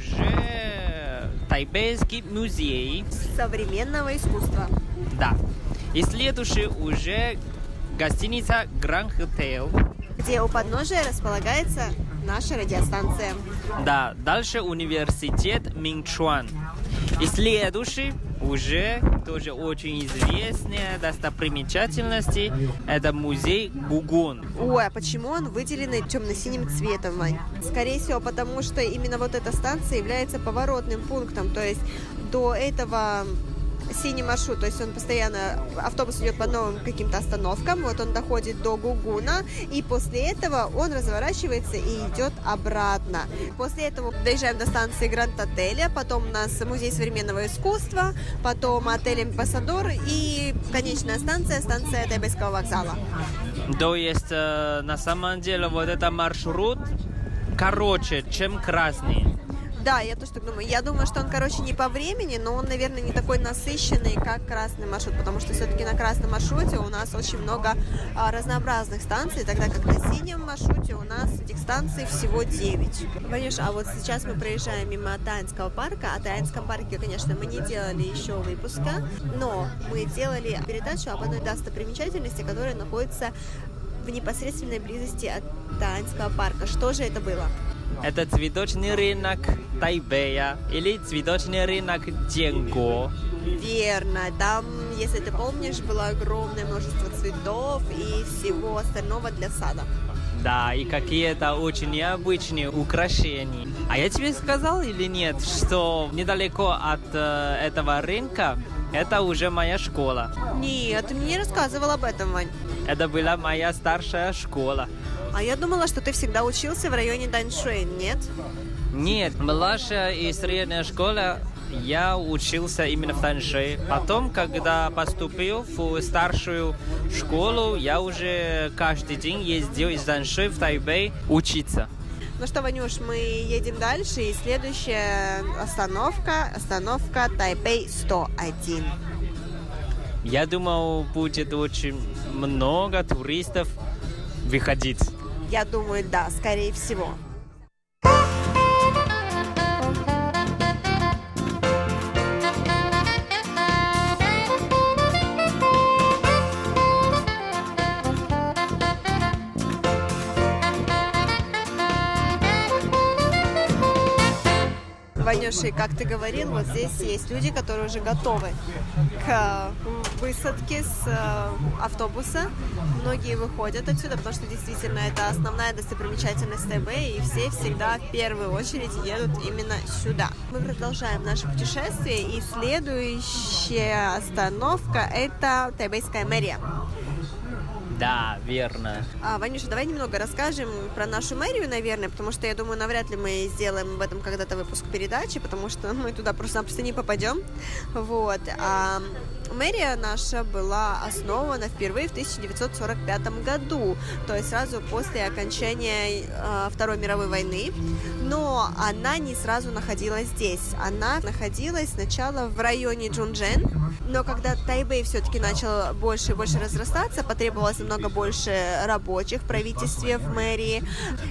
уже Тайбэйский музей
современного искусства.
Да. И следующий уже гостиница Grand Hotel,
где у подножия располагается наша радиостанция.
Да, дальше университет Минчуан. И следующий уже тоже очень известная достопримечательность, это музей Гугун.
Ой, а почему он выделен темно-синим цветом, Вань? Скорее всего, потому что именно вот эта станция является поворотным пунктом, то есть до этого синий маршрут, то есть он постоянно, автобус идет по новым каким-то остановкам, вот он доходит до Гугуна, и после этого он разворачивается и идет обратно. После этого доезжаем до станции Гранд-отеля, потом у нас музей современного искусства, потом отель Амбассадор и конечная станция Тайбэйского вокзала.
То есть, на самом деле, вот этот маршрут короче, чем красный.
Да, я тоже так думаю. Я думаю, что он, не по времени, но он, наверное, не такой насыщенный, как красный маршрут, потому что все-таки на красном маршруте у нас очень много разнообразных станций, тогда как на синем маршруте у нас этих станций всего 9. Ванюш, а вот сейчас мы проезжаем мимо Тааньского парка. О Тааньском парке, конечно, мы не делали еще выпуска, но мы делали передачу об одной достопримечательности, которая находится в непосредственной близости от Тааньского парка. Что же это было?
Это цветочный рынок Тайбэя или цветочный рынок Дженго.
Верно. Там, если ты помнишь, было огромное множество цветов и всего остального для сада.
Да, и какие-то очень необычные украшения. А я тебе сказал или нет, что недалеко от этого рынка это уже моя школа?
Нет, ты мне не рассказывал об этом, Вань.
Это была моя старшая школа.
А я думала, что ты всегда учился в районе Даньшуэн, нет?
Нет, младшая и средняя школа я учился именно в Даньшуэ. Потом, когда поступил в старшую школу, я уже каждый день ездил из Даньшуэ в Тайбэй учиться.
Ну что, Ванюш, мы едем дальше, и следующая остановка Тайбэй 101.
Я думал, будет очень много туристов выходить.
Я думаю, да, скорее всего. Ванюша, как ты говорил, вот здесь есть люди, которые уже готовы к высадке с автобуса. Многие выходят отсюда, потому что действительно это основная достопримечательность Тайбэя, и все всегда в первую очередь едут именно сюда. Мы продолжаем наше путешествие, и следующая остановка – это Тайбэйская мэрия.
Да, верно.
Ванюша, давай немного расскажем про нашу мэрию, наверное, потому что, я думаю, навряд ли мы сделаем об этом когда-то выпуск передачи, потому что мы туда просто-напросто не попадем. Вот. Мэрия наша была основана впервые в 1945 году, то есть сразу после окончания Второй мировой войны, но она не сразу находилась здесь. Она находилась сначала в районе Чжунчжэн, но когда Тайбэй все-таки начал больше и больше разрастаться, потребовалось намного больше рабочих в правительстве, в мэрии,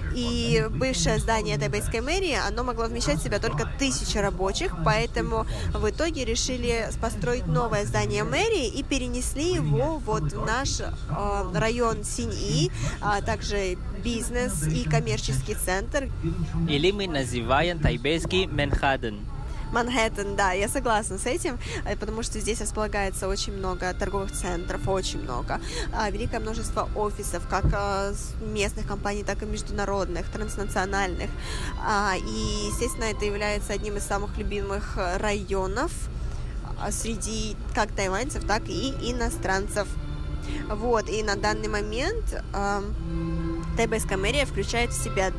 и бывшее здание тайбэйской мэрии, оно могло вмещать в себя только 1000 рабочих, поэтому в итоге решили построить новое здание мэрии и перенесли его вот в наш район Синьи, также бизнес и коммерческий центр.
Или мы называем тайбэйский Манхэттен.
Манхэттен, да, я согласна с этим, потому что здесь располагается очень много торговых центров, очень много. Великое множество офисов, как местных компаний, так и международных, транснациональных. И, естественно, это является одним из самых любимых районов среди как тайваньцев, так и иностранцев. Вот, и на данный момент тайбэйская мэрия включает в себя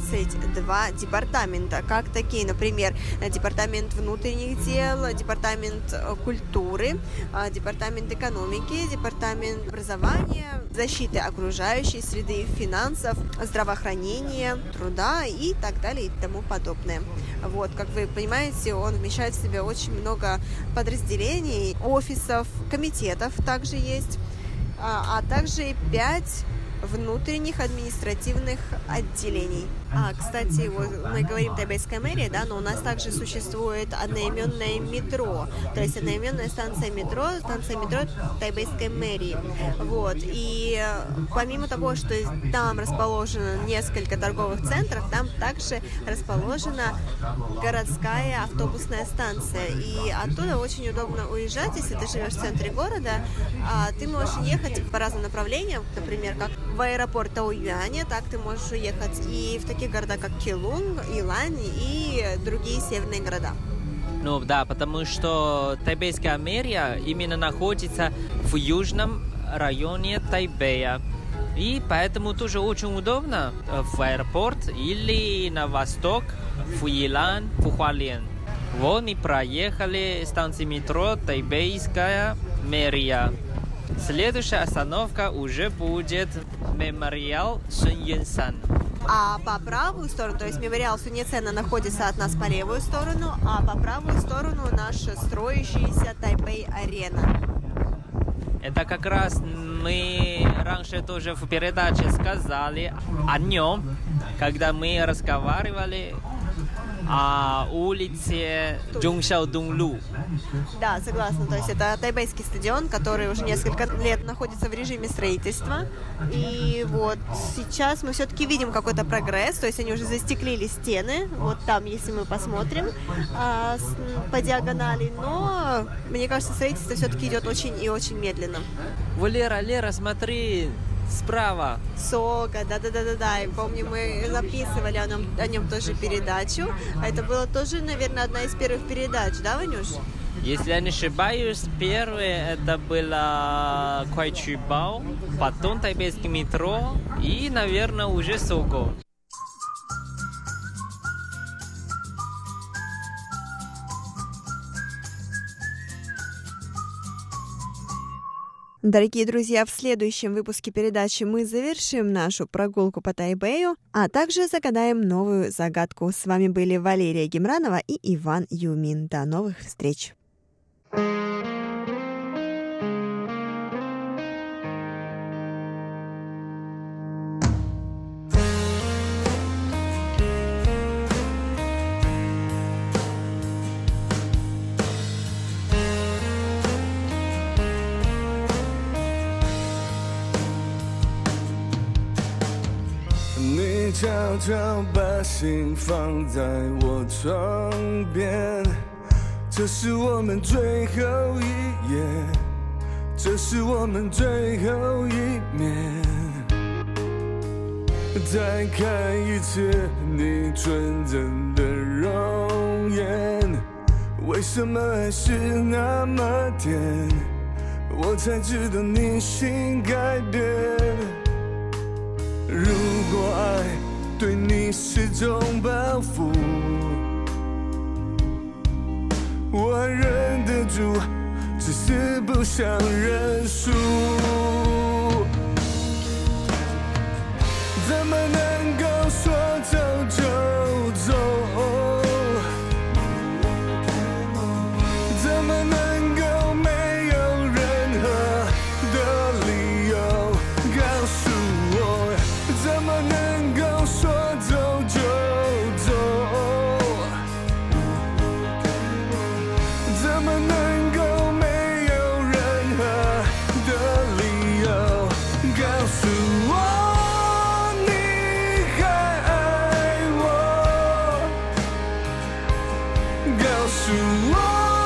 22 департамента, как такие, например, департамент внутренних дел, департамент культуры, департамент экономики, департамент образования, защиты окружающей среды, финансов, здравоохранения, труда и так далее и тому подобное. Вот, как вы понимаете, он вмещает в себя очень много подразделений, офисов, комитетов также есть, а также 5 внутренних административных отделений. Кстати, вот мы говорим тайбэйская мэрия, да, но у нас также существует одноименное метро, то есть одноименная станция метро тайбэйской мэрии. Вот. И помимо того, что там расположено несколько торговых центров, там также расположена городская автобусная станция. И оттуда очень удобно уезжать, если ты живешь в центре города. Ты можешь ехать по разным направлениям, например, как в аэропорт Таоюаня, так ты можешь уехать и в таких города, как Келунг, Илань и другие северные города.
Ну да, потому что тайбэйская мэрия именно находится в южном районе Тайбэя. И поэтому тоже очень удобно в аэропорт или на восток, в Илань, в Хуалien. Вот мы проехали станцию метро Тайбэйская мэрия. Следующая остановка уже будет мемориал Суньцзян.
А по правую сторону, то есть мемориал Суньцзяна находится от нас по левую сторону, а по правую сторону наша строящаяся Тайбэй-арена.
Это как раз мы раньше тоже в передаче сказали о нем, когда мы разговаривали о улице Чжуншаодунлу.
Да, согласна. То есть это тайбэйский стадион, который уже несколько лет находится в режиме строительства. И вот сейчас мы все-таки видим какой-то прогресс. То есть они уже застеклили стены. Вот там, если мы посмотрим по диагонали. Но, мне кажется, строительство все-таки идет очень и очень медленно.
Лера, смотри, справа.
Сога, да. И помню, мы записывали о нем тоже передачу. Это было тоже, наверное, одна из первых передач, да, Ванюш?
Если я не ошибаюсь, первое это было Куайчжибао, потом тайбэйский метро и, наверное, уже Сого.
Дорогие друзья, в следующем выпуске передачи мы завершим нашу прогулку по Тайбэю, а также загадаем новую загадку. С вами были Валерия Гемранова и Иван Юмин. До новых встреч!
悄悄把心放在我床边，这是我们最后一夜，这是我们最后一面。再看一次你纯真的容颜，为什么还是那么甜？ 我才知道你心改变。如果爱对你是种包袱，我还忍得住，只是不想认输。怎么能够说走就走？怎么能够没有任何的理由告诉我？怎么能够说走就走？怎么能够没有任何的理由告诉我？告诉我